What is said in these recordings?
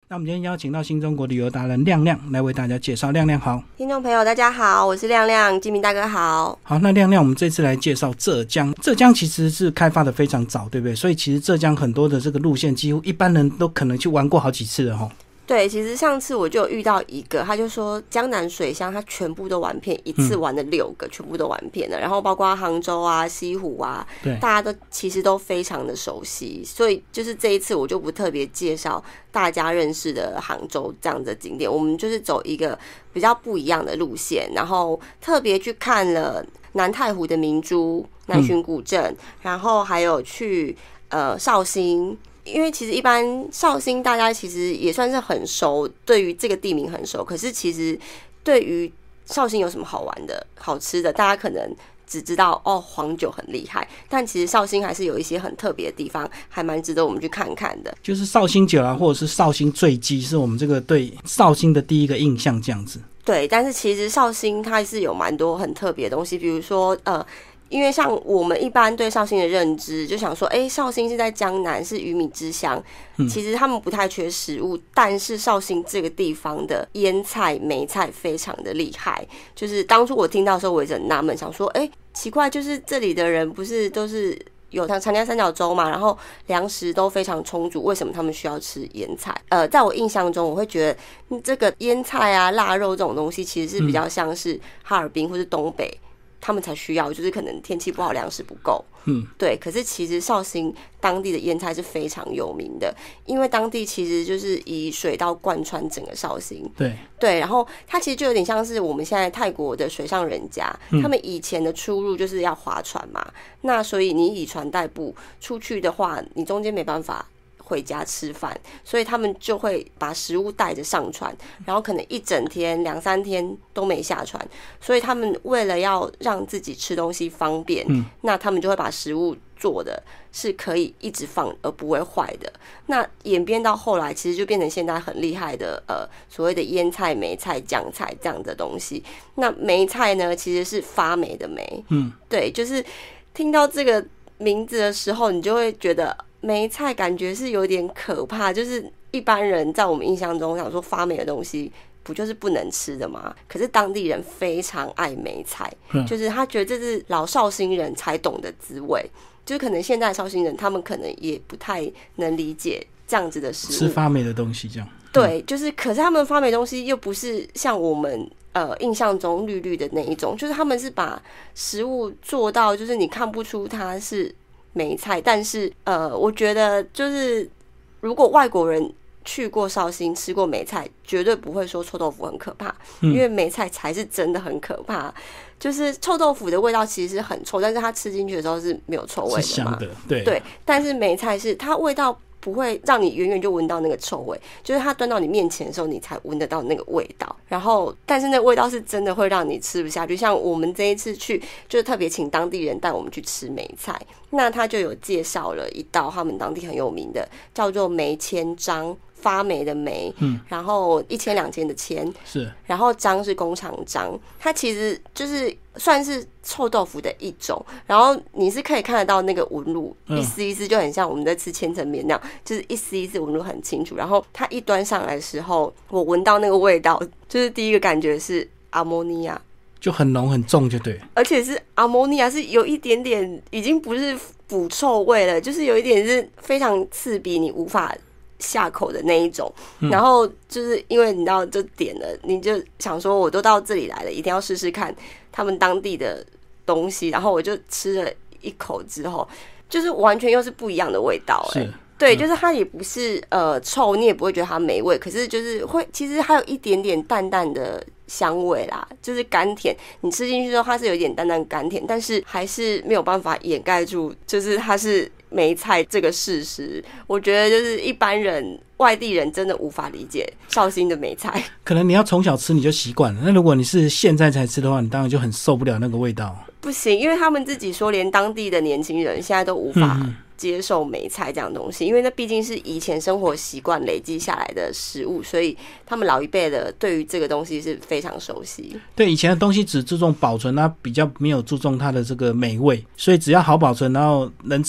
那我们今天邀请到新中国旅游达人亮亮来为大家介绍。亮亮好。 听众朋友大家好，我是亮亮，金明大哥好。 好，那亮亮我们这次来介绍浙江。浙江其实是开发的非常早，对不对？所以其实浙江很多的这个路线几乎一般人都可能去玩过好几次了齁。 对，其实上次我就有遇到一个，他就说江南水乡他全部都玩遍，一次玩了6个，全部都玩遍了，然后包括杭州啊、西湖啊，对，大家都其实都非常的熟悉，所以就是这一次我就不特别介绍大家认识的杭州这样的景点，我们就是走一个比较不一样的路线，然后特别去看了南太湖的明珠、南浔古镇，然后还有去绍兴。因为其实一般绍兴大家其实也算是很熟，对于这个地名很熟，可是其实对于绍兴有什么好玩的好吃的，大家可能只知道黄酒很厉害，但其实绍兴还是有一些很特别的地方，还蛮值得我们去看看的。 就是绍兴酒啊，或者是绍兴醉鸡，是我们这个对绍兴的第一个印象这样子。 对，但是其实绍兴它是有蛮多很特别的东西，比如说因为像我们一般对绍兴的认知，就想说，绍兴是在江南，是鱼米之乡。其实他们不太缺食物，但是绍兴这个地方的腌菜、梅菜非常的厉害。就是当初我听到的时候，我也很纳闷，想说，奇怪，就是这里的人不是都是有长江三角洲嘛，然后粮食都非常充足，为什么他们需要吃腌菜？在我印象中，我会觉得这个腌菜啊、腊肉这种东西，其实是比较像是哈尔滨或是东北。他们才需要，就是可能天气不好，粮食不够。对。可是其实绍兴当地的腌菜是非常有名的，因为当地其实就是以水稻贯穿整个绍兴。对，然后它其实就有点像是我们现在泰国的水上人家，他们以前的出入就是要划船嘛，那所以你以船代步出去的话，你中间没办法回家吃饭，所以他们就会把食物带着上船，然后可能一整天2-3天都没下船，所以他们为了要让自己吃东西方便，那他们就会把食物做的是可以一直放而不会坏的。那演变到后来，其实就变成现在很厉害的所谓的腌菜、梅菜、酱菜这样的东西。那梅菜呢，其实是发霉的霉，对，就是听到这个名字的时候，你就会觉得梅菜感觉是有点可怕，就是一般人在我们印象中想说发霉的东西不就是不能吃的吗？可是当地人非常爱梅菜，就是他觉得这是老绍兴人才懂的滋味，就是可能现在的绍兴人他们可能也不太能理解这样子的食物， 吃发霉的东西这样。 对，就是可是他们发霉的东西又不是像我们印象中绿绿的那一种，就是他们是把食物做到就是你看不出它是梅菜，但是我觉得就是如果外国人去过绍兴吃过梅菜，绝对不会说臭豆腐很可怕，因为梅菜才是真的很可怕。就是臭豆腐的味道其实是很臭，但是它吃进去的时候是没有臭味的嘛， 是香的， 对。但是梅菜是它味道不会让你远远就闻到那个臭味，就是它端到你面前的时候你才闻得到那个味道，然后但是那个味道是真的会让你吃不下去。像我们这一次去就是特别请当地人带我们去吃梅菜，那他就有介绍了一道他们当地很有名的叫做梅千张，发霉的霉，然后1000-2000的千，是，然后张是工厂张，它其实就是算是臭豆腐的一种，然后你是可以看得到那个纹路，一丝一丝就很像我们在吃千层面那样，就是一丝一丝纹路很清楚。然后它一端上来的时候，我闻到那个味道，就是第一个感觉是阿摩尼亚， 就很浓很重就对， 而且是阿摩尼亚，是有一点点已经不是腐臭味了，就是有一点是非常刺鼻，你无法下口的那一种。然后就是因为你知道就点了，你就想说我都到这里来了，一定要试试看他们当地的东西，然后我就吃了一口之后，就是完全又是不一样的味道。对，就是它也不是臭，你也不会觉得它没味，可是就是会其实还有一点点淡淡的香味啦，就是甘甜，你吃进去之后它是有一点淡淡甘甜，但是还是没有办法掩盖住就是它是梅菜这个事实。我觉得就是一般人外地人真的无法理解绍兴的梅菜， 可能你要从小吃你就习惯了，那如果你是现在才吃的话，你当然就很受不了那个味道。 不行，因为他们自己说连当地的年轻人现在都无法接受梅菜这样的东西，因为那毕竟是以前生活习惯累积下来的食物，所以他们老一辈的对于这个东西是非常熟悉。 对，以前的东西只注重保存，它比较没有注重它的这个美味，所以只要好保存然后能吃就好了。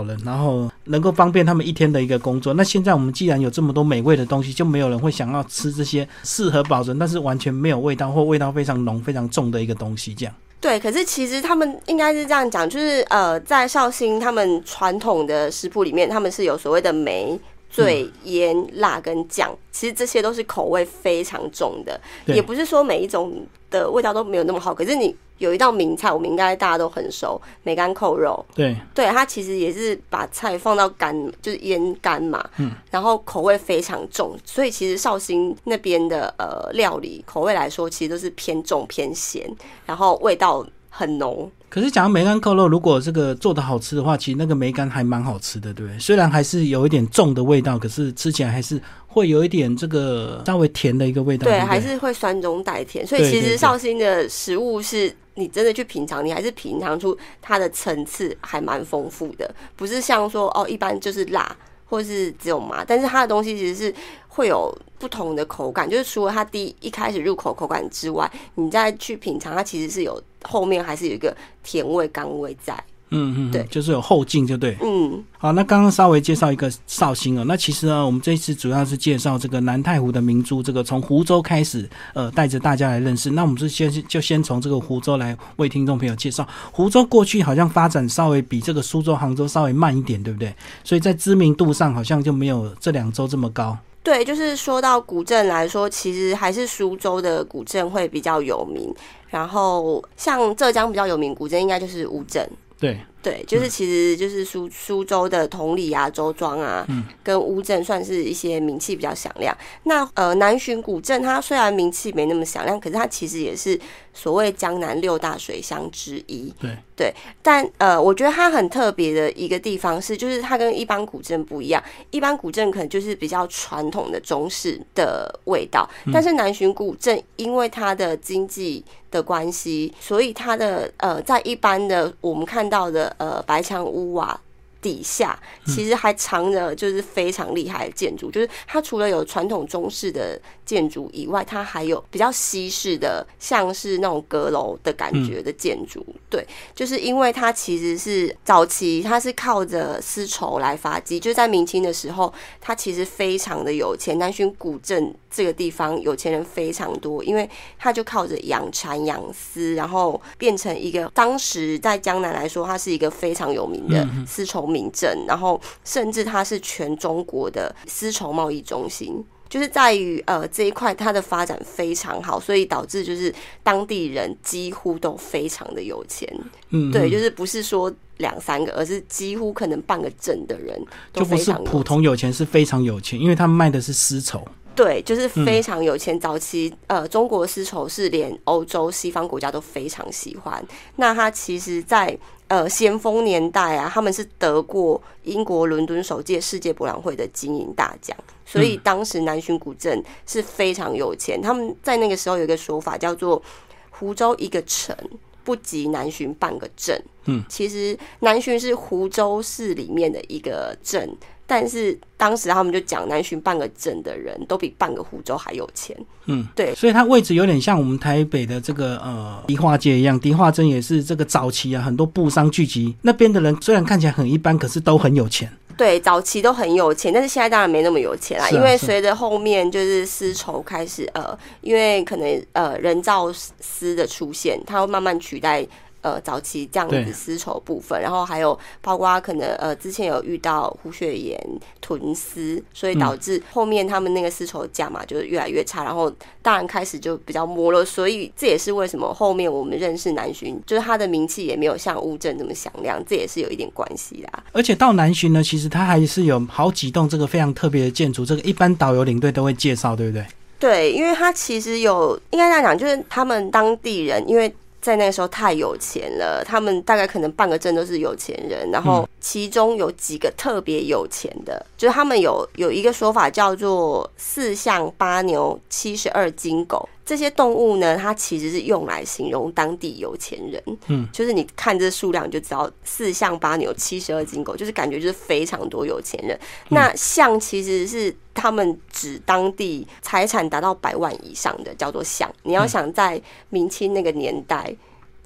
了，然后能够方便他们一天的一个工作。那现在我们既然有这么多美味的东西，就没有人会想要吃这些适合保存但是完全没有味道或味道非常浓非常重的一个东西这样。 对，可是其实他们应该是这样讲，就是在绍兴他们传统的食谱里面，他们是有所谓的梅、醉、盐、辣跟酱，其实这些都是口味非常重的，也不是说每一种的味道都没有那么好。可是你有一道名菜，我们应该大家都很熟，梅干扣肉。对，它其实也是把菜放到干，就是腌干嘛，然后口味非常重，所以其实绍兴那边的料理口味来说，其实都是偏重偏咸，然后味道很浓。 可是讲到梅干扣肉，如果这个做的好吃的话，其实那个梅干还蛮好吃的，对不对？虽然还是有一点重的味道，可是吃起来还是会有一点这个稍微甜的一个味道。对， 还是会酸中带甜。所以其实绍兴的食物是你真的去品尝，你还是品尝出它的层次还蛮丰富的，不是像说一般就是辣或是只有麻，但是它的东西其实是会有不同的口感，就是除了它一开始入口口感之外，你再去品尝，它其实是有后面还是有一个甜味甘味在。对， 就是有后劲就对。好，那刚刚稍微介绍一个绍兴那其实呢，我们这一次主要是介绍这个南太湖的明珠，这个从湖州开始带着大家来认识。那我们先从这个湖州来为听众朋友介绍。湖州过去好像发展稍微比这个苏州、杭州稍微慢一点，对不对？所以在知名度上好像就没有这两州这么高。 对，就是说到古镇来说，其实还是苏州的古镇会比较有名，然后像浙江比较有名古镇应该就是乌镇。对，就是其实就是苏州的同里啊、周庄啊，跟乌镇算是一些名气比较响亮。那南浔古镇它虽然名气没那么响亮，可是它其实也是所谓江南6大水乡之一。对，但我觉得它很特别的一个地方是，就是它跟一般古镇不一样。一般古镇可能就是比较传统的中式的味道，但是南浔古镇因为它的经济的关系，所以它的在一般的我们看到的白墙屋瓦底下，其实还藏着就是非常厉害的建筑，就是它除了有传统中式的建筑以外，它还有比较西式的，像是那种阁楼的感觉的建筑。对，就是因为它其实是早期它是靠着丝绸来发迹，就在明清的时候，它其实非常的有钱。南浔古镇这个地方有钱人非常多，因为它就靠着养蚕养丝，然后变成一个当时在江南来说，它是一个非常有名的丝绸名镇，然后甚至它是全中国的丝绸贸易中心。就是在于这一块它的发展非常好，所以导致就是当地人几乎都非常的有钱。对，就是不是说2-3个，而是几乎可能半个镇的人都非常有钱，就不是普通有钱，是非常有钱，因为他们卖的是丝绸。 对，就是非常有钱。早期中国丝绸是连欧洲西方国家都非常喜欢。那它其实在咸丰年代啊，他们是得过英国伦敦首届世界博览会的金银大奖，所以当时南浔古镇是非常有钱。他们在那个时候有一个说法叫做湖州一个城不及南浔半个镇。其实南浔是湖州市里面的一个镇，但是当时他们就讲南浔半个镇的人都比半个湖州还有钱。对， 所以它位置有点像我们台北的这个迪化街一样，迪化镇也是这个早期啊，很多布商聚集，那边的人虽然看起来很一般，可是都很有钱。 对，早期都很有钱，但是现在当然没那么有钱啦，因为随着后面就是丝绸开始因为可能人造丝的出现，它会慢慢取代早期这样子丝绸部分，然后还有包括可能之前有遇到胡雪岩囤丝，所以导致后面他们那个丝绸价嘛就是越来越差，然后当然开始就比较没落，所以这也是为什么后面我们认识南浔，就是它的名气也没有像乌镇这么响亮，这也是有一点关系啦。 而且到南浔呢，其实它还是有好几栋这个非常特别的建筑，这个一般导游领队都会介绍，对不对？ 对，因为它其实有应该这样讲，就是他们当地人因为在那个时候太有钱了，他们大概可能半个镇都是有钱人，然后其中有几个特别有钱的，就是他们有一个说法叫做4象8牛72金狗，这些动物呢，它其实是用来形容当地有钱人。就是你看这数量就知道4象8牛72金狗，就是感觉就是非常多有钱人。那象其实是他们指当地财产达到100万以上的叫做象。你要想在明清那个年代，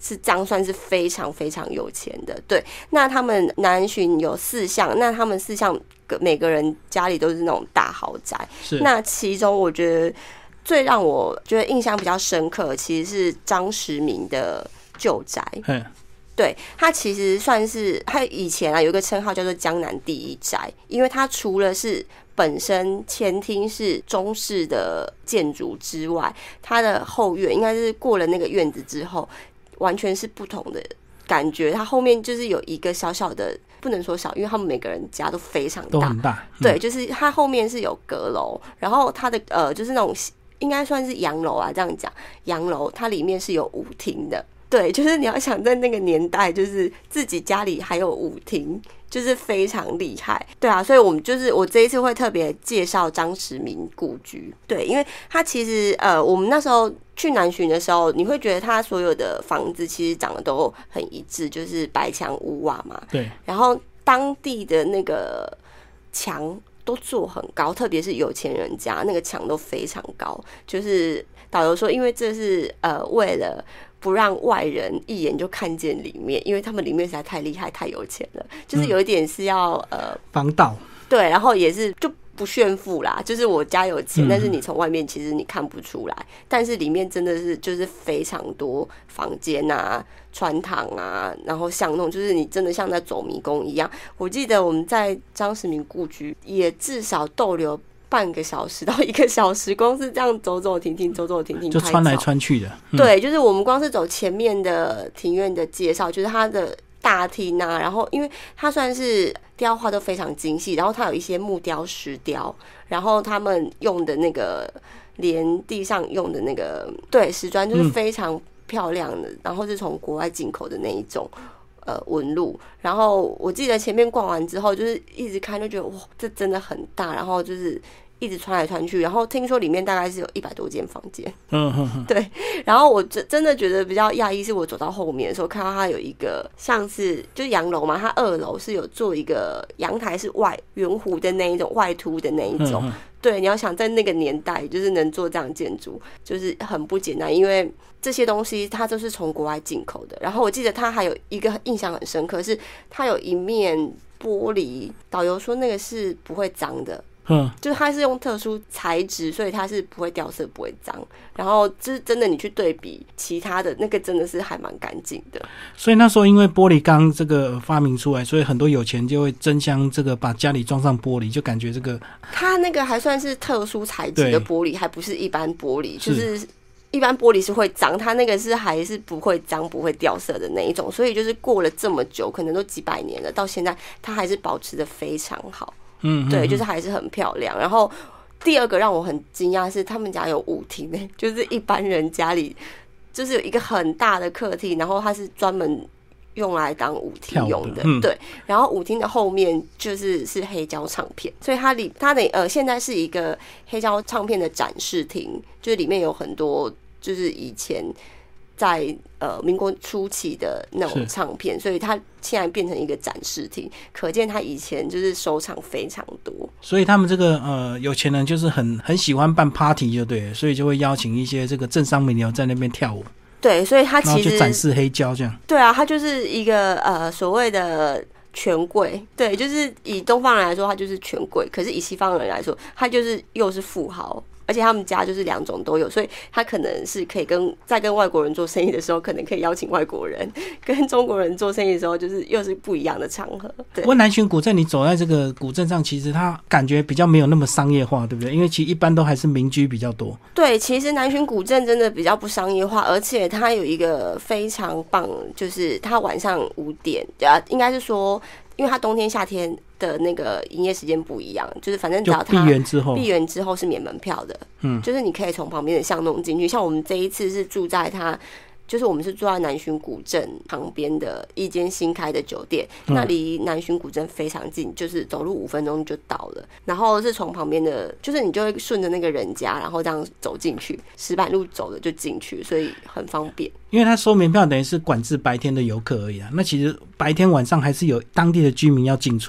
是这样算是非常非常有钱的。对，那他们南巡有4项，那他们4项每个人家里都是那种大豪宅。那其中我觉得最让我觉得印象比较深刻，其实是张时明的旧宅。对，它其实算是它以前有一个称号叫做江南第一宅，因为它除了是本身前厅是中式的建筑之外，它的后院应该是过了那个院子之后，完全是不同的感觉。它后面就是有一个小小的，不能说小，因为他们每个人家都非常大， 都很大。 对，就是它后面是有阁楼，然后它的就是那种应该算是洋楼这样讲，洋楼它里面是有舞厅的。对，就是你要想在那个年代，就是自己家里还有舞厅，就是非常厉害。对啊，所以我这一次会特别介绍张时明故居。对，因为他其实我们那时候去南巡的时候，你会觉得他所有的房子其实长得都很一致，就是白墙屋瓦嘛。 对。 然后当地的那个墙都做很高，特别是有钱人家那个墙都非常高。就是导游说，因为这是为了不让外人一眼就看见里面，因为他们里面实在太厉害、太有钱了，就是有一点是要防盗。 对，然后也是就不炫富啦，就是我家有钱，但是你从外面其实你看不出来，但是里面真的是就是非常多房间啊、穿堂啊，然后巷弄，就是你真的像在走迷宫一样。我记得我们在张时明故居也至少逗留半个小时到1个小时，光是这样走走停停，走走停停， 就穿来穿去的。 对，就是我们光是走前面的庭院的介绍，就是它的大厅啊，然后因为它算是雕画都非常精细，然后它有一些木雕、石雕，然后他们用的那个连地上用的那个石砖就是非常漂亮的，然后是从国外进口的那一种纹路。然后我记得前面逛完之后，就是一直看就觉得哇，这真的很大，然后就是一直穿来穿去，然后听说里面大概是有100多间房间。对。然后我真的觉得比较讶异，是我走到后面的时候，看到它有一个像是就是洋楼嘛，它2楼是有做一个阳台是圆弧的那一种，外凸的那一种。对，你要想在那个年代，就是能做这样的建筑，就是很不简单，因为这些东西它都是从国外进口的。然后我记得它还有一个印象很深刻，是它有一面玻璃，导游说那个是不会脏的。就是它是用特殊材质，所以它是不会掉色、不会脏。然后就是真的，你去对比其他的那个，真的是还蛮干净的。 所以那时候因为玻璃缸这个发明出来，所以很多有钱就会争相这个把家里装上玻璃，就感觉这个它那个还算是特殊材质的玻璃，还不是一般玻璃，就是一般玻璃是会脏，它那个是还是不会脏、不会掉色的那一种。所以就是过了这么久，可能都几百年了，到现在它还是保持得非常好。对，就是还是很漂亮。然后第二个让我很惊讶是他们家有舞厅就是一般人家里就是有一个很大的客厅，然后它是专门用来当舞厅用的。对，然后舞厅的后面是黑胶唱片，所以它现在是一个黑胶唱片的展示厅，就是里面有很多就是以前在民国初期的那种唱片，所以它现在变成一个展示厅，可见他以前就是收藏非常多。 所以他们这个有钱人就是很喜欢办 party 就对了，所以就会邀请一些这个政商名流在那边跳舞。 对，所以他其实然后就展示黑胶这样。 对啊，他就是一个所谓的权贵。对，就是以东方人来说他就是权贵，可是以西方人来说他就是又是富豪，而且他们家就是2种都有，所以他可能是可以在跟外国人做生意的时候，可能可以邀请外国人；跟中国人做生意的时候，就是又是不一样的场合。对。 不过南巡古镇，你走在这个古镇上，其实它感觉比较没有那么商业化，对不对？因为其实一般都还是民居比较多。 对，其实南巡古镇真的比较不商业化，而且它有一个非常棒，就是它晚上5点，应该是说，因为它冬天夏天的那个营业时间不一样，就是反正只要它闭园之后是免门票的。就是你可以从旁边的巷弄进去。像我们这一次是住在它，就是我们是住在南巡古镇旁边的一间新开的酒店，那离南巡古镇非常近，就是走路5分钟就到了。然后是从旁边的，就是你就会顺着那个人家，然后这样走进去，石板路走的就进去，所以很方便。 因为它收门票等于是管制白天的游客而已啊，那其实白天晚上还是有当地的居民要进出了。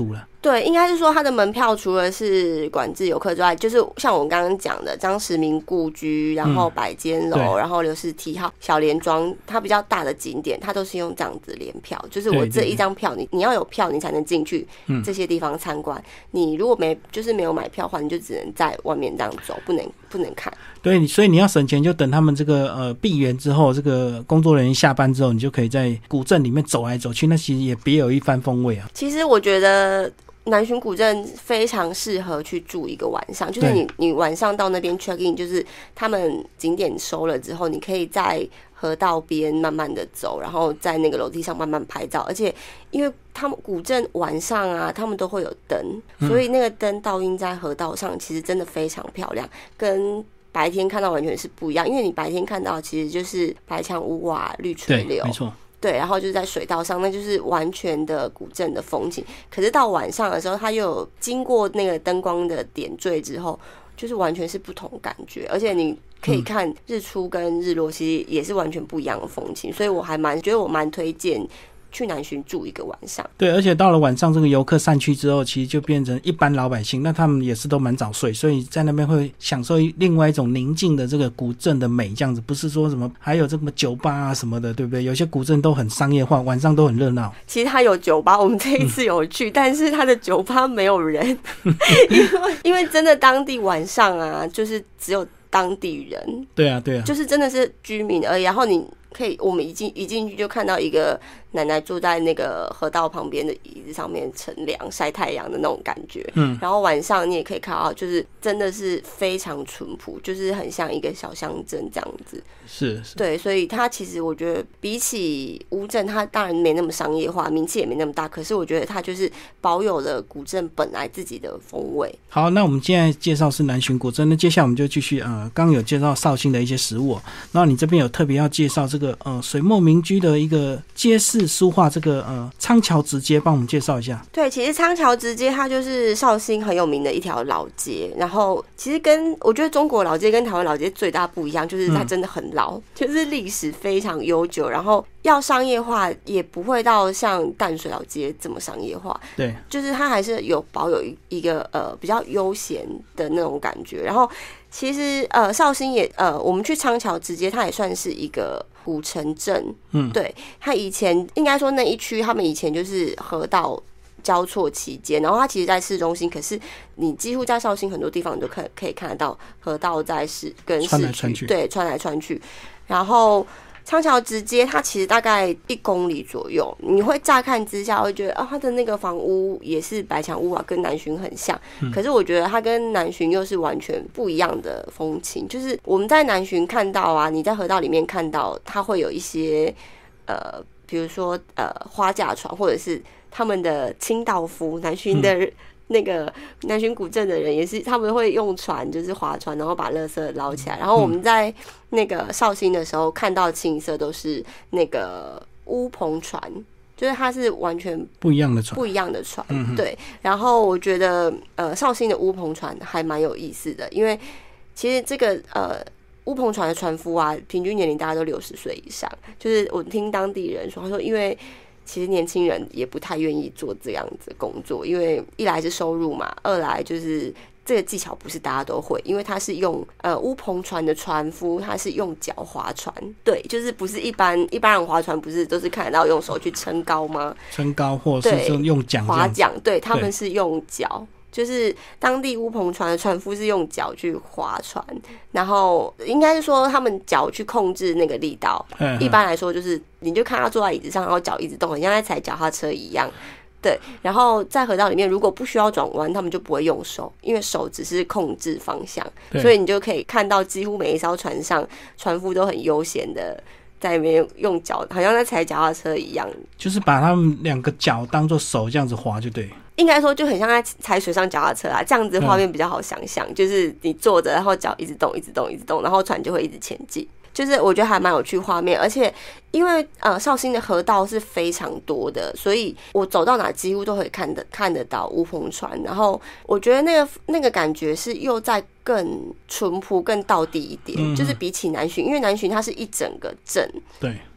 对，应该是说它的门票除了是管制游客之外，就是像我刚刚讲的张时明故居，然后百间楼，然后刘氏梯号、小莲庄，它比较大的景点，它都是用这样子联票，就是我这一张票，你要有票你才能进去这些地方参观。你如果没有买票的话，你就只能在外面这样走，不能看。 对，所以你要省钱，就等他们这个闭园之后，这个工作人员下班之后，你就可以在古镇里面走来走去，那其实也别有一番风味啊。 其实我觉得南巡古镇非常适合去住一个晚上，就是你晚上到那边 check in， 就是他们景点收了之后，你可以在河道边慢慢的走，然后在那个楼梯上慢慢拍照。而且因为他们古镇晚上啊，他们都会有灯，所以那个灯倒映在河道上，其实真的非常漂亮，跟白天看到完全是不一样。因为你白天看到其实就是白墙屋瓦绿垂柳， 对，没错。 对，然后就是在水道上，那就是完全的古镇的风景。可是到晚上的时候，它又有经过那个灯光的点缀之后，就是完全是不同感觉，而且你可以看日出跟日落，其实也是完全不一样的风情。所以我觉得我蛮推荐去南巡住一个晚上。 对，而且到了晚上这个游客散去之后，其实就变成一般老百姓，那他们也是都蛮早睡，所以在那边会享受另外一种宁静的这个古镇的美，这样子，不是说什么还有这么酒吧啊什么的，对不对？有些古镇都很商业化，晚上都很热闹。 其实它有酒吧，我们这一次有去，但是它的酒吧没有人，因为真的当地晚上啊，就是只有当地人。 对啊， 就是真的是居民而已。然后我们一进去就看到一个奶奶坐在那个河道旁边的椅子上面乘凉晒太阳的那种感觉。然后晚上你也可以看到，就是真的是非常淳朴，就是很像一个小乡镇这样子。 是。 对，所以它其实我觉得比起乌镇，它当然没那么商业化，名气也没那么大，可是我觉得它就是保有了古镇本来自己的风味。 好，那我们现在介绍是南巡古镇，那接下来我们就继续刚刚有介绍绍兴的一些食物，然后你这边有特别要介绍这个水墨民居的一个街市书画，这个仓桥直街，帮我们介绍一下。 对，其实仓桥直街它就是绍兴很有名的一条老街，然后其实我觉得中国老街跟台湾老街最大不一样，就是它真的很老，就是历史非常悠久，然后要商业化也不会到像淡水老街这么商业化。 对， 就是它还是保有一个比较悠闲的那种感觉。然后其实绍兴也我们去仓桥直街，它也算是一个古城镇。对，它以前应该说那一区，他们以前就是河道交错期间，然后它其实在市中心，可是你几乎在绍兴很多地方你都可以看得到河道在跟市区穿来穿去， 对，穿来穿去。然后仓桥直街它其实大概1公里左右，你会乍看之下会觉得它的那个房屋也是白墙屋啊，跟南巡很像。可是我觉得它跟南巡又是完全不一样的风情。就是我们在南巡看到啊，你在河道里面看到它会有一些比如说花架船，或者是他们的清道夫，南巡的那个南巡古镇的人也是，他们会用船，就是划船，然后把垃圾捞起来。然后我们在那个绍兴的时候看到清一色都是那个乌篷船，就是它是完全不一样的船。对。然后我觉得绍兴的乌篷船还蛮有意思的，因为其实这个乌篷船的船夫啊，平均年龄大概都60岁以上。就是我听当地人说，他说因为其实年轻人也不太愿意做这样子的工作，因为一来是收入嘛，二来就是这个技巧不是大家都会，因为他是用乌篷船的船夫，他是用脚划船。对，就是不是一般人划船不是都是看得到用手去撑高吗？ 撑高或者是用桨划桨，对，他们是用脚。就是当地乌篷船的船夫是用脚去划船，然后应该是说他们脚去控制那个力道。一般来说就是你就看他坐在椅子上，然后脚一直动，很像在踩脚踏车一样。对，然后在河道里面如果不需要转弯，他们就不会用手，因为手只是控制方向，所以你就可以看到几乎每一艘船上船夫都很悠闲的在那边用脚，好像在踩脚踏车一样， 就是把他们2个脚当做手这样子划就对。 应该说就很像在踩水上脚踏车啊，这样子画面比较好想象。就是你坐着，然后脚一直动，一直动，一直动，然后船就会一直前进。就是我觉得还蛮有趣画面，而且因为绍兴的河道是非常多的，所以我走到哪几乎都可以看得到乌篷船。然后我觉得那个感觉是又在更淳朴、更道地一点。就是比起南巡，因为南巡它是一整个镇，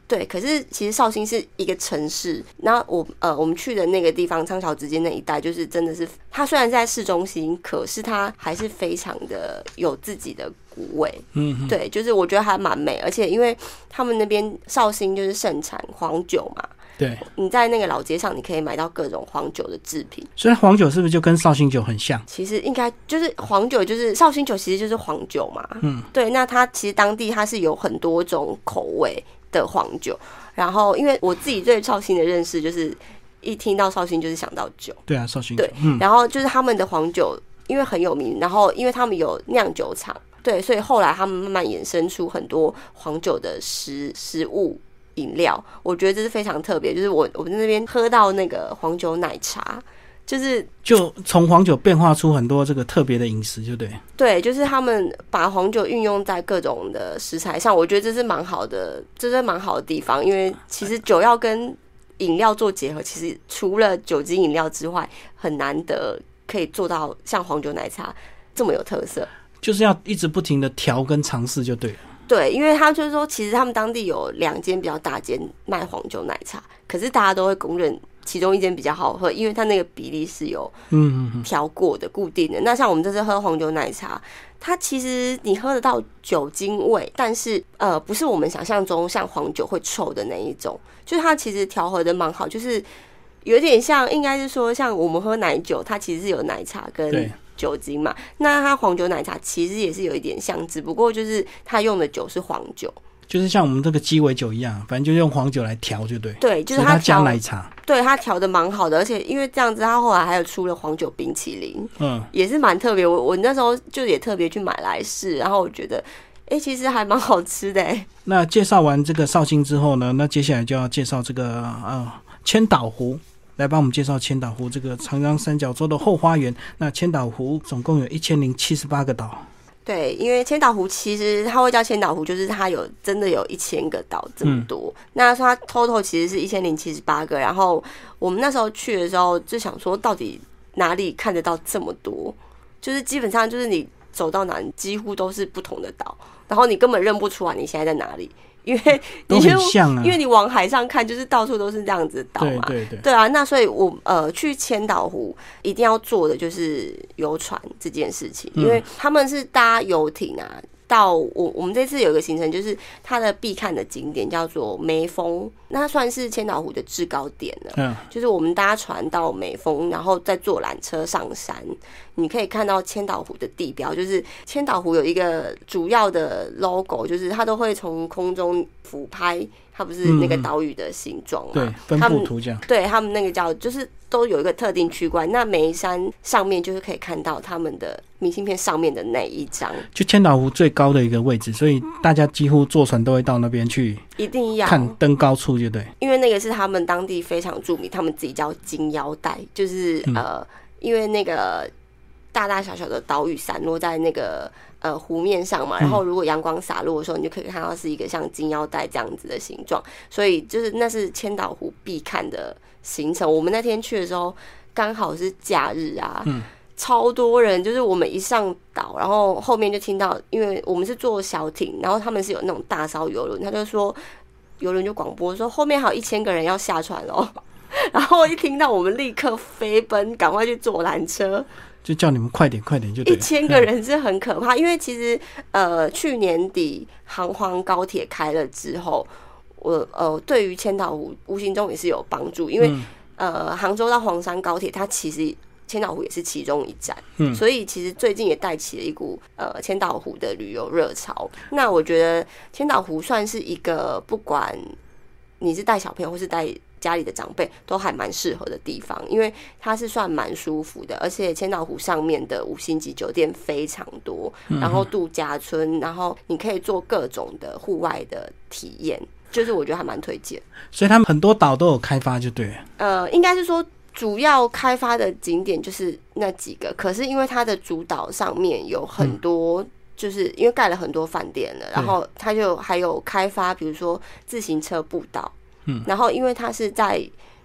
对，可是其实绍兴是一个城市，然后我们去的那个地方昌桥之间那一带，就是真的是它虽然在市中心，可是它还是非常的有自己的古味。对，就是我觉得还蛮美，而且因为他们那边绍兴就是盛产黄酒嘛。 对， 你在那个老街上，你可以买到各种黄酒的制品。 所以黄酒是不是就跟绍兴酒很像？ 其实应该就是黄酒，就是绍兴酒，其实就是黄酒嘛。对，那它其实当地它是有很多种口味的黄酒。然后，因为我自己对绍兴的认识，就是一听到绍兴就是想到酒。 对啊，绍兴酒。 对，然后就是他们的黄酒，因为很有名，然后因为他们有酿酒厂，对，所以后来他们慢慢衍生出很多黄酒的食物。饮料，我觉得这是非常特别，就是我在那边喝到那个黄酒奶茶，就从黄酒变化出很多这个特别的饮食，就对， 就是他们把黄酒运用在各种的食材上，我觉得这是蛮好的，这是蛮好的地方，因为其实酒要跟饮料做结合，其实除了酒精饮料之外，很难得可以做到像黄酒奶茶这么有特色， 就是要一直不停的调跟尝试就对了。 对，因为他就是说，其实他们当地有2间比较大间卖黄酒奶茶，可是大家都会公认其中一间比较好喝，因为它那个比例是有调过的、固定的。那像我们这次喝黄酒奶茶，它其实你喝得到酒精味，但是不是我们想象中像黄酒会臭的那一种，就是它其实调和的蛮好，就是有点像，应该是说像我们喝奶酒，它其实是有奶茶跟酒精嘛，那它黄酒奶茶其实也是有一点像，只不过就是它用的酒是黄酒， 就是像我们这个鸡尾酒一样，反正就用黄酒来调就对。 对，就是它加奶茶， 对，它调的蛮好的，而且因为这样子，它后来还有出了黄酒冰淇淋，也是蛮特别。我那时候就也特别去买来试，然后我觉得，其实还蛮好吃的。 那介绍完这个绍兴之后呢，那接下来就要介绍这个千岛湖。来帮我们介绍千岛湖这个长江三角洲的后花园。那千岛湖总共有1078个岛。 对，因为千岛湖其实它会叫千岛湖，就是它真的有1000个岛这么多。那它 total 其实是1078个。然后我们那时候去的时候就想说，到底哪里看得到这么多？就是基本上就是你走到哪，几乎都是不同的岛，然后你根本认不出来你现在在哪里。因为都很像啊， 因为你往海上看，就是到处都是这样子的岛嘛。对啊，那所以我去千岛湖一定要做的就是游船这件事情，因为他们是搭游艇啊。到我们这次有一个行程，就是它的必看的景点叫做梅峰，那它算是千岛湖的制高点了。就是我们搭船到梅峰，然后再坐缆车上山，你可以看到千岛湖的地标，就是千岛湖有一个主要的 logo， 就是它都会从空中俯拍，它不是那个岛屿的形状嘛？ 对，分布图这样。 对，他们那个叫就是都有一个特定区块，那每一山上面就是可以看到他们的明信片上面的那一张， 就千岛湖最高的一个位置，所以大家几乎坐船都会到那边去， 一定要看登高处，就对。 因为那个是他们当地非常著名，他们自己叫金腰带，就是因为那个大大小小的岛屿散落在那个湖面上嘛，然后如果阳光洒落的时候，你就可以看到是一个像金腰带这样子的形状，所以就是那是千岛湖必看的行程。我们那天去的时候刚好是假日啊，超多人，就是我们一上岛，然后后面就听到，因为我们是坐小艇，然后他们是有那种大艘游轮，他就说游轮就广播说后面还有1000个人要下船哦，然后一听到我们立刻飞奔，赶快去坐缆车。 就叫你们快点就对了。 1000个人是很可怕，因为其实去年底杭黄高铁开了之后，我对于千岛湖无形中也是有帮助，因为杭州到黄山高铁，它其实千岛湖也是其中一站，所以其实最近也带起了一股千岛湖的旅游热潮。那我觉得千岛湖算是一个不管你是带小朋友或是带家里的长辈都还蛮适合的地方，因为它是算蛮舒服的，而且千岛湖上面的5星级酒店非常多，然后度假村，然后你可以做各种的户外的体验，就是我觉得还蛮推荐。 所以他们很多岛都有开发就对了。应该是说主要开发的景点就是那几个，可是因为它的主岛上面有很多，就是因为盖了很多饭店了，然后它就还有开发，比如说自行车步道。然后因为它是在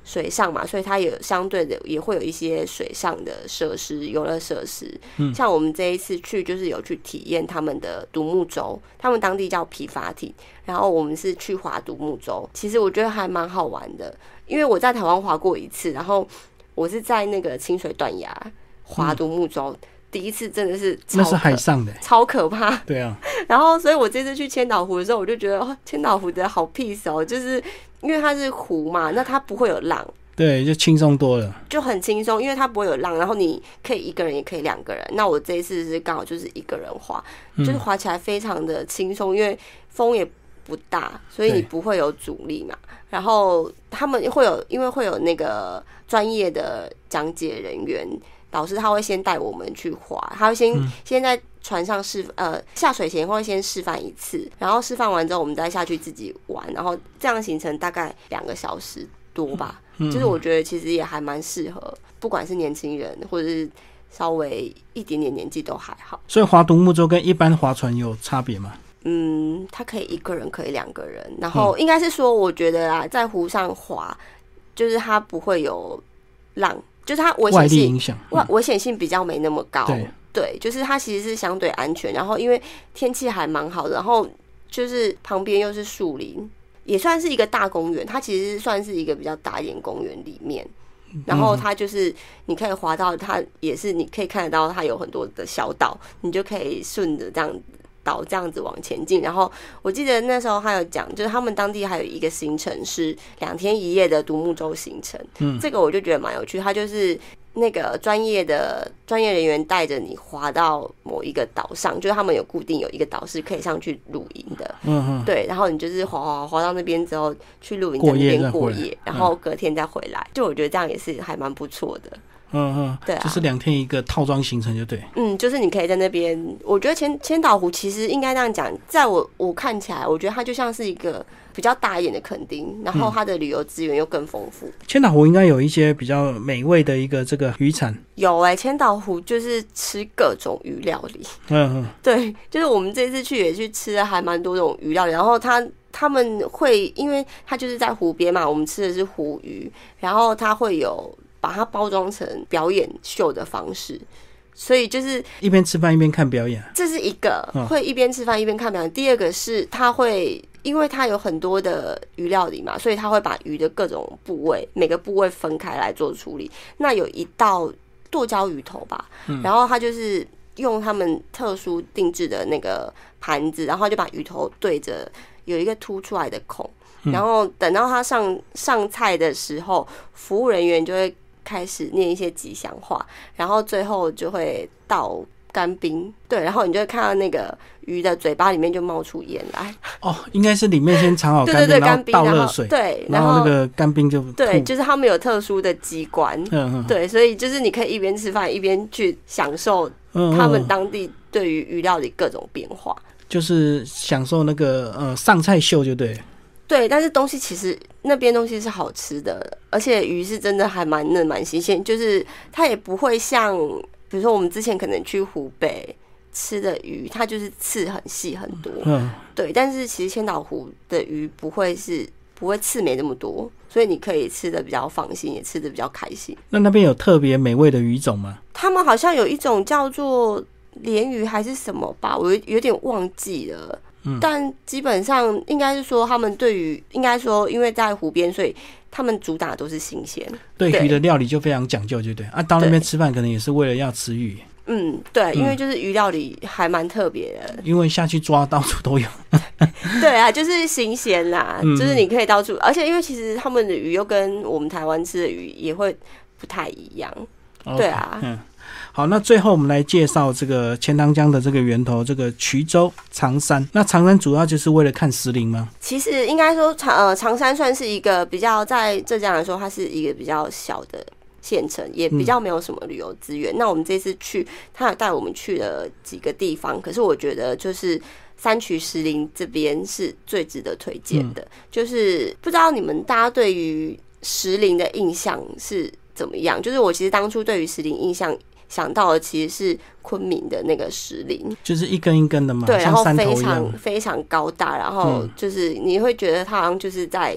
水上嘛，所以它也相对的也会有一些水上的设施、游乐设施。像我们这一次去就是有去体验他们的独木舟，他们当地叫皮筏艇，然后我们是去划独木舟，其实我觉得还蛮好玩的，因为我在台湾划过一次，然后我是在那个清水断崖划独木舟。第一次真的是那是海上的， 超可怕。 对啊， 然后所以我这次去千岛湖的时候，我就觉得千岛湖的好 peace 哦，就是因为它是湖嘛，那它不会有浪， 对，就轻松多了， 就很轻松，因为它不会有浪，然后你可以一个人也可以2个人。那我这一次是刚好就是一个人滑，就是滑起来非常的轻松，因为风也不大，所以你不会有阻力嘛。然后他们会有，因为会有那个专业的讲解人员。导师他会先带我们去滑，他会先在船上下水前会先示范一次，然后示范完之后我们再下去自己玩，然后这样行程大概2个小时多吧。就是我觉得其实也还蛮适合，不管是年轻人或者是稍微一点点年纪都还好。 所以划独木舟跟一般划船有差别吗？ 他可以1个人，可以2个人，然后应该是说，我觉得啦，在湖上滑，就是它不会有浪。就是它危险性危险性比较没那么高，对，就是它其实是相对安全。然后因为天气还蛮好的，然后就是旁边又是树林，也算是一个大公园。它其实算是一个比较大一点公园里面，然后它就是你可以滑到它，也是你可以看得到它有很多的小岛，你就可以顺着这样岛这样子往前进。然后我记得那时候还有讲，就是他们当地还有一个行程是2天1夜的独木舟行程，这个我就觉得蛮有趣。它就是那个专业人员带着你滑到某一个岛上，就是他们有固定有一个岛是可以上去露营的，对，然后你就是滑到那边之后去露营，在那边过夜，然后隔天再回来。就我觉得这样也是还蛮不错的。对啊， 就是2天1个套装行程就对。 就是你可以在那边，我觉得千岛湖其实应该这样讲，在我看起来，我觉得它就像是一个比较大一点的垦丁，然后它的旅游资源又更丰富。 千岛湖应该有一些比较美味的一个这个渔产。 有千岛湖就是吃各种鱼料理。对，就是我们这次去也去吃了还蛮多种鱼料理，然后他们会，因为它就是在湖边嘛，我们吃的是湖鱼，然后它会有把它包装成表演秀的方式，所以就是一边吃饭一边看表演。 这是一个会一边吃饭一边看表演。第二个是它会，因为它有很多的鱼料理嘛，所以它会把鱼的各种部位，每个部位分开来做处理。那有一道剁椒鱼头吧，然后它就是用他们特殊定制的那个盘子，然后就把鱼头对着有一个凸出来的孔，然后等到他上菜的时候，服务人员就会开始念一些吉祥话，然后最后就会倒干冰，对，然后你就会看到那个鱼的嘴巴里面就冒出烟来。 应该是里面先藏好干冰，然后倒热水， 对， 然后那个干冰就对，就是他们有特殊的机关，对，所以就是你可以一边吃饭一边去享受他们当地对于鱼料理各种变化， 就是享受那个上菜秀就对。 对，但是东西其实那边东西是好吃的，而且鱼是真的还蛮嫩蛮新鲜，就是它也不会像比如说我们之前可能去湖北吃的鱼，它就是刺很细很多，对，但是其实千岛湖的鱼不会刺没那么多，所以你可以吃的比较放心，也吃的比较开心。 那边有特别美味的鱼种吗？ 他们好像有一种叫做鲢鱼还是什么吧，我有点忘记了。但基本上应该是说，他们对于应该说，因为在湖边，所以他们主打都是新鲜。 对鱼的料理就非常讲究，就对啊。到那边吃饭可能也是为了要吃鱼。 对，因为就是鱼料理还蛮特别的， 因为下去抓到处都有。 对啊，就是新鲜啦，就是你可以到处，而且因为其实他们的鱼又跟我们台湾吃的鱼也会不太一样。对啊。 好，那最后我们来介绍这个钱塘江的这个源头，这个衢州长山。那长山主要就是为了看石林吗？ 其实应该说长山算是一个比较，在浙江来说，它是一个比较小的县城，也比较没有什么旅游资源。那我们这次去，他有带我们去了几个地方，可是我觉得就是三衢石林这边是最值得推荐的。就是不知道你们大家对于石林的印象是怎么样？就是我其实当初对于石林印象想到的其实是昆明的那个石林， 就是一根一根的嘛， 对，然后像山头一样非常高大，然后就是你会觉得它好像就是在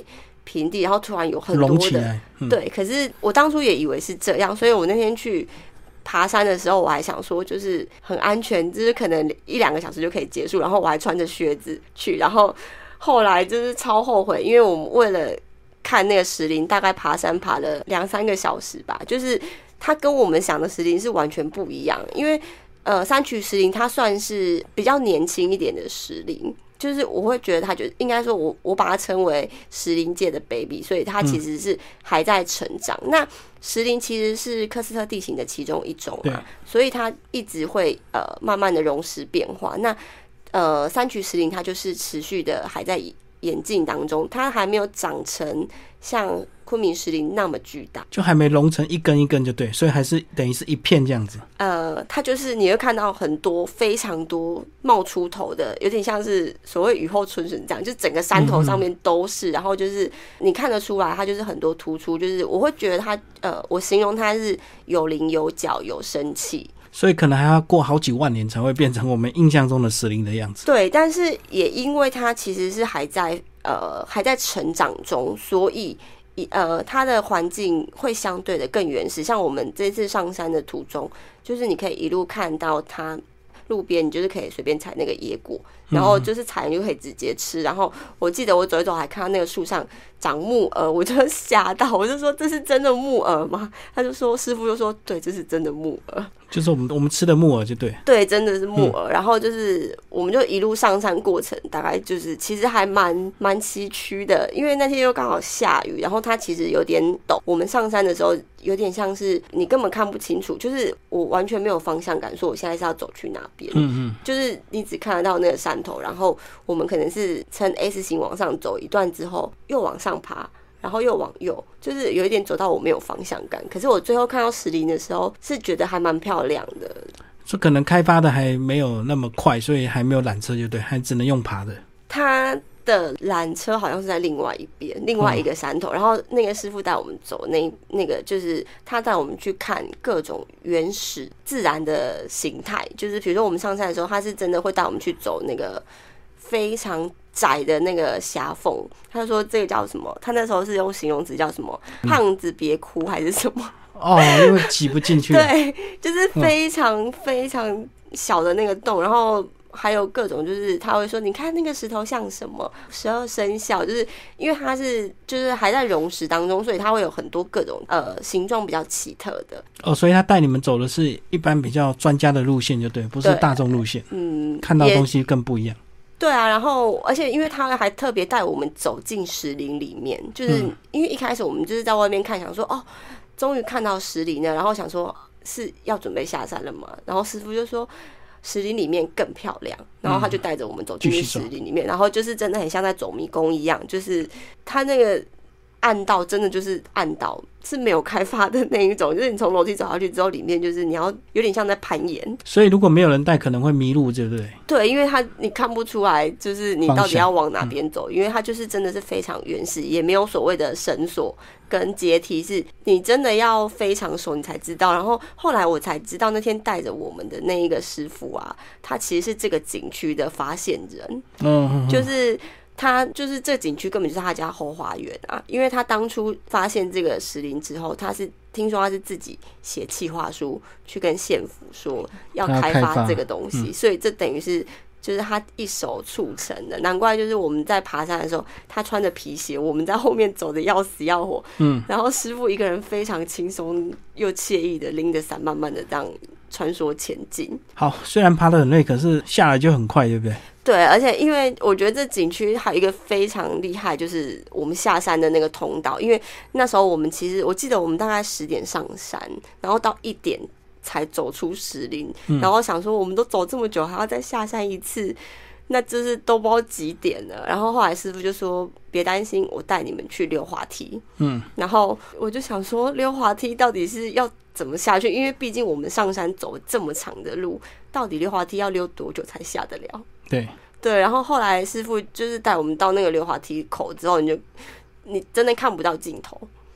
平地，然后突然有很多隆起的来， 对。可是我当初也以为是这样，所以我那天去爬山的时候，我还想说就是很安全，就是可能1-2个小时就可以结束，然后我还穿着靴子去，然后后来就是超后悔，因为我们为了看那个石林，大概爬山爬了2-3个小时吧，就是它跟我们想的石林是完全不一样，因为三衢石林它算是比较年轻一点的石林。就是我会觉得它就应该说我把它称为石林界的 baby， 所以它其实是还在成长。那石林其实是喀斯特地形的其中一种嘛，所以它一直会慢慢的溶蚀变化。那三衢石林它就是持续的还在演进当中，它还没有长成像昆明石林那么巨大， 就还没融成一根一根就对，所以还是等于是一片这样子。 它就是你会看到很多非常多冒出头的，有点像是所谓雨后春笋这样，就整个山头上面都是，然后就是你看得出来它就是很多突出，就是我会觉得它我形容它是有棱有角有生气。 所以可能还要过好几万年才会变成我们印象中的石林的样子。 对，但是也因为它其实是还在成长中，所以它的环境会相对的更原始。像我们这次上山的途中，就是你可以一路看到它路边，你就是可以随便采那个野果，然后就是采你就可以直接吃。然后我记得我走一走还看到那个树上长木耳，我就吓到，我就说这是真的木耳吗？他就说师傅就说对，这是真的木耳， 就是我们吃的木耳就对， 对，真的是木耳。然后就是我们就一路上山过程，大概就是其实还蛮崎岖的，因为那天又刚好下雨，然后它其实有点陡。我们上山的时候有点像是你根本看不清楚，就是我完全没有方向感，说我现在是要走去哪边。就是你只看得到那个山头，然后我们可能是呈 S 型往上走一段之后，又往上爬。然后又往右，就是有一点走到我没有方向感。可是我最后看到石林的时候，是觉得还蛮漂亮的。 说可能开发的还没有那么快，所以还没有缆车，就对，还只能用爬的。 它的缆车好像是在另外一边，另外一个山头。然后那个师傅带我们走那个，就是他带我们去看各种原始自然的形态。就是比如说我们上山的时候，他是真的会带我们去走那个非常窄的那个狭缝，他说这个叫什么？他那时候是用形容词叫什么？胖子别哭还是什么？ 哦，因为挤不进去。 对，就是非常非常小的那个洞，然后还有各种，就是他会说，你看那个石头像什么？12生肖，就是因为它是就是还在溶石当中，所以它会有很多各种形状比较奇特的。 哦，所以他带你们走的是一般比较专家的路线，就对，不是大众路线。看到东西更不一样。 对啊，然后而且因为他还特别带我们走进石林里面，就是因为一开始我们就是在外面看，想说哦，终于看到石林了，然后想说是要准备下山了嘛，然后师傅就说石林里面更漂亮，然后他就带着我们走进去石林里面，然后就是真的很像在走迷宫一样，就是他那个暗道真的就是暗道，是没有开发的那一种，就是你从楼梯走下去之后，里面就是你要有点像在攀岩， 所以如果没有人带可能会迷路，对不对？ 对，因为你看不出来就是你到底要往哪边走，因为它就是真的是非常原始，也没有所谓的绳索跟阶梯，是你真的要非常熟你才知道。然后后来我才知道，那天带着我们的那一个师傅啊，他其实是这个景区的发现人，就是他就是这景区根本就是他家后花园啊，因为他当初发现这个石林之后，听说他是自己写企划书去跟县府说要开发这个东西，所以这等于是就是他一手促成的，难怪就是我们在爬山的时候，他穿着皮鞋，我们在后面走的要死要活，然后师傅一个人非常轻松又惬意的拎着伞，慢慢的这样穿梭前进。 好，虽然爬得很累，可是下来就很快，对不对？ 对，而且因为我觉得这景区还有一个非常厉害，就是我们下山的那个通道。因为那时候我记得我们大概10点上山，然后到1点才走出石林，然后想说我们都走这么久，还要再下山一次，那就是都不知道几点了。然后后来师傅就说别担心，我带你们去溜滑梯。然后我就想说溜滑梯到底是要怎么下去？因为毕竟我们上山走这么长的路，到底溜滑梯要溜多久才下得了？对，然后后来师傅就是带我们到那个溜滑梯口之后，你真的看不到尽头，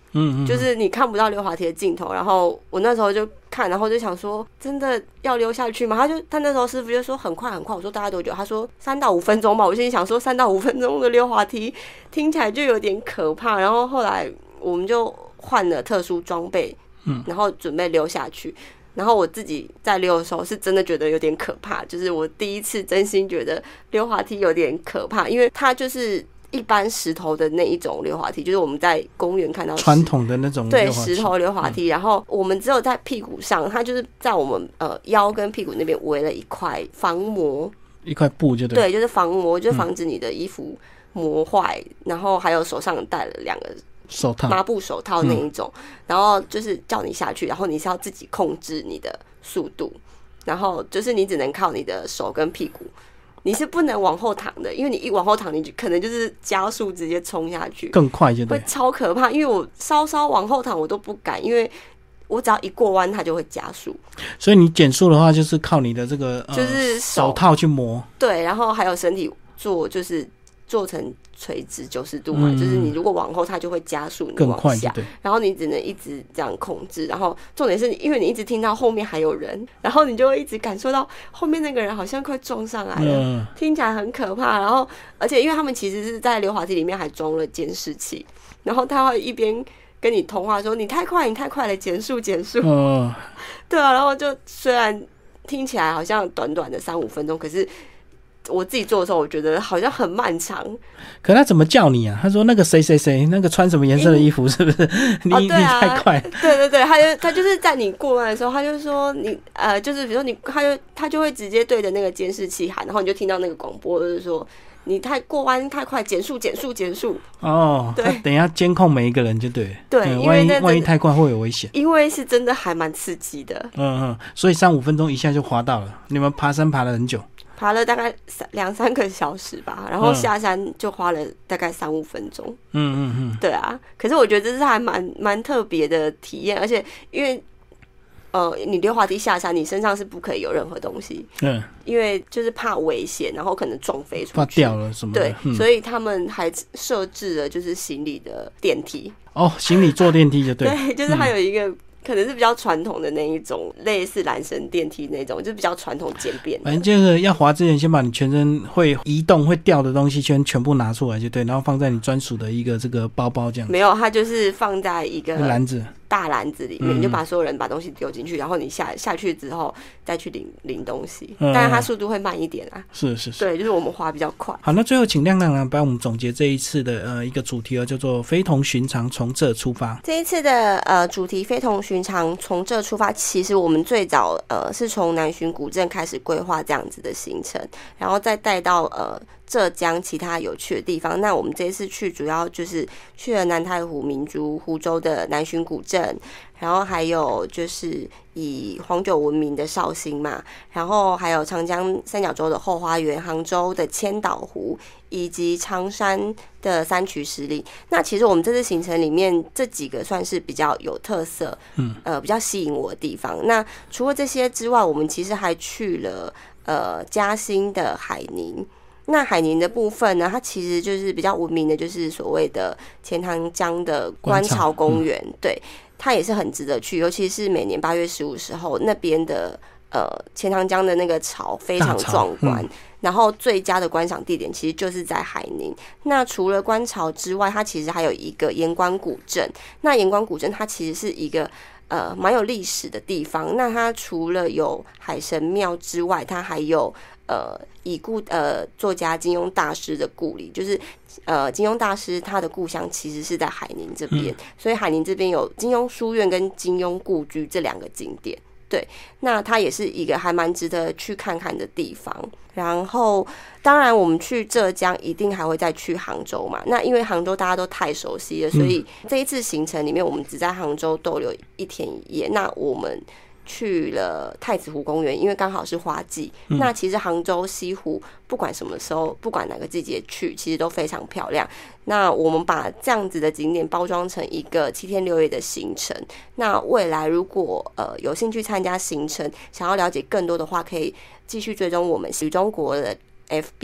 就是你看不到溜滑梯的尽头。然后我那时候就看，然后就想说，真的要溜下去吗？他那时候师傅就说很快很快，我说大概多久？他说3到5分钟吧。我心里想说3到5分钟的溜滑梯听起来就有点可怕。然后后来我们就换了特殊装备，然后准备溜下去。然后我自己在溜的时候是真的觉得有点可怕，就是我第一次真心觉得溜滑梯有点可怕，因为它就是一般石头的那一种溜滑梯，就是我们在公园看到传统的那种对石头溜滑梯，然后我们只有在屁股上，它就是在我们腰跟屁股那边围了一块防膜， 一块布就对， 就是防膜，就防止你的衣服磨坏，然后还有手上戴了2个手套， 麻布手套那一种，然后就是叫你下去，然后你是要自己控制你的速度，然后就是你只能靠你的手跟屁股，你是不能往后躺的，因为你一往后躺，你就可能就是加速直接冲下去， 更快就对， 会超可怕。因为我稍稍往后躺我都不敢，因为我只要一过弯它就会加速。 所以你减速的话，就是靠你的这个就是手套去磨， 对，然后还有身体就是做成垂直90度嘛，就是你如果往后，它就会加速你往下，然后你只能一直这样控制。然后重点是因为你一直听到后面还有人，然后你就会一直感受到后面那个人好像快撞上来了，听起来很可怕。然后而且因为他们其实是在溜滑梯里面还装了监视器，然后他会一边跟你通话说你太快了，减速。对啊，然后就虽然听起来好像短短的3-5分钟，可是我自己做的时候，我觉得好像很漫长。 可他怎么叫你啊？他说那个谁，那个穿什么颜色的衣服，是不是？你太快。 对，他就是在你过弯的时候，他就说你就是比如说他就会直接对着那个监视器喊，然后你就听到那个广播就是说你过弯太快，减速。 哦，对，等一下监控每一个人就对。 对， 万一太快会有危险。 因为是真的还蛮刺激的。 所以3-5分钟一下就滑到了。你们爬山爬了很久。 爬了大概2-3个小时吧，然后下山就花了大概3-5分钟。对啊，可是我觉得这是还蛮特别的体验，而且因为你溜滑梯下山，你身上是不可以有任何东西，因为就是怕危险，然后可能撞飞出去， 怕掉了什么的。 对，所以他们还设置了就是行李的电梯。 行李坐电梯就对。 对，就是它有一个。可能是比较传统的那一种，类似缆绳电梯那种，就是比较传统简便。 反正就是要滑之前，先把你全身会移动、会掉的东西全部拿出来就对，然后放在你专属的一个这个包包这样。 没有，它就是放在一个篮子。 大篮子里面，你就把所有人把东西丢进去，然后你下去之后再去领东西，但是它速度会慢一点啊。 是， 对，就是我们滑比较快。 好，那最后请亮亮呢帮我们总结这一次的一个主题叫做非同寻常，从这出发。 这一次的主题非同寻常，从这出发，其实我们最早是从南巡古镇开始规划这样子的行程，然后再带到浙江其他有趣的地方。那我们这一次去主要就是去了南太湖、明珠、湖州的南巡古镇，然后还有就是以黄酒闻名的绍兴嘛，然后还有长江三角洲的后花园、杭州的千岛湖，以及长山的三衢十里。那其实我们这次行程里面这几个算是比较有特色，比较吸引我的地方。那除了这些之外，我们其实还去了嘉兴的海宁。那海宁的部分呢，它其实就是比较闻名的，就是所谓的钱塘江的观潮公园，对，它也是很值得去，尤其是每年8月15时候，那边的钱塘江的那个潮非常壮观，然后最佳的观赏地点其实就是在海宁。那除了观潮之外，它其实还有一个盐官古镇。那盐官古镇它其实是一个蛮有历史的地方。那它除了有海神庙之外，它还有已故作家金庸大师的故里，就是金庸大师他的故乡其实是在海宁这边，所以海宁这边有金庸书院跟金庸故居这2个景点。对，那它也是一个还蛮值得去看看的地方。然后当然我们去浙江一定还会再去杭州嘛，那因为杭州大家都太熟悉了，所以这一次行程里面我们只在杭州逗留1天1夜。那我们去了太子湖公园，因为刚好是花季。那其实杭州西湖不管什么时候，不管哪个季节去，其实都非常漂亮。那我们把这样子的景点包装成一个7天6夜的行程。那未来如果有兴趣参加行程，想要了解更多的话，可以继续追踪我们旅中国的FB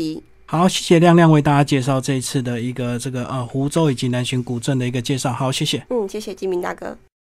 好，谢谢亮亮为大家介绍这一次的一个这个湖州以及南巡古镇的一个介绍。好，谢谢。 谢谢金明大哥。